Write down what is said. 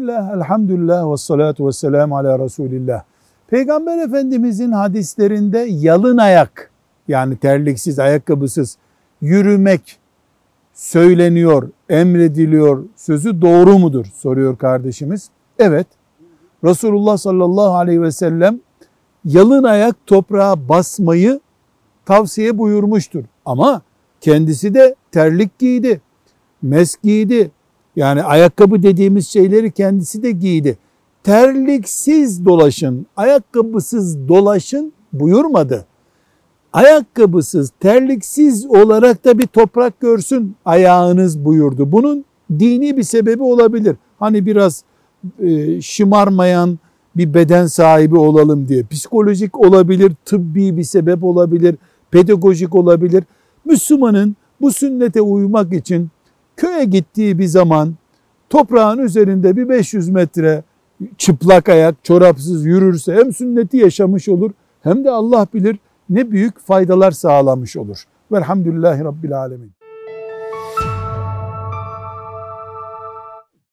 Bismillah, elhamdülillah ve salatu ve selamu ala Resulillah. Peygamber Efendimizin hadislerinde yalın ayak, yani terliksiz, ayakkabısız yürümek söyleniyor, emrediliyor. Sözü doğru mudur? Soruyor kardeşimiz. Evet, Resulullah sallallahu aleyhi ve sellem yalın ayak toprağa basmayı tavsiye buyurmuştur. Ama kendisi de terlik giydi, mesk giydi. Yani ayakkabı dediğimiz şeyleri kendisi de giydi. Terliksiz dolaşın, ayakkabısız dolaşın buyurmadı. Ayakkabısız, terliksiz olarak da bir toprak görsün ayağınız buyurdu. Bunun dini bir sebebi olabilir. Hani biraz şımarmayan bir beden sahibi olalım diye. Psikolojik olabilir, tıbbi bir sebep olabilir, pedagojik olabilir. Müslümanın bu sünnete uymak için köye gittiği bir zaman toprağın üzerinde bir 500 metre çıplak ayak, çorapsız yürürse hem sünneti yaşamış olur hem de Allah bilir ne büyük faydalar sağlamış olur. Velhamdülillahi Rabbil Alemin.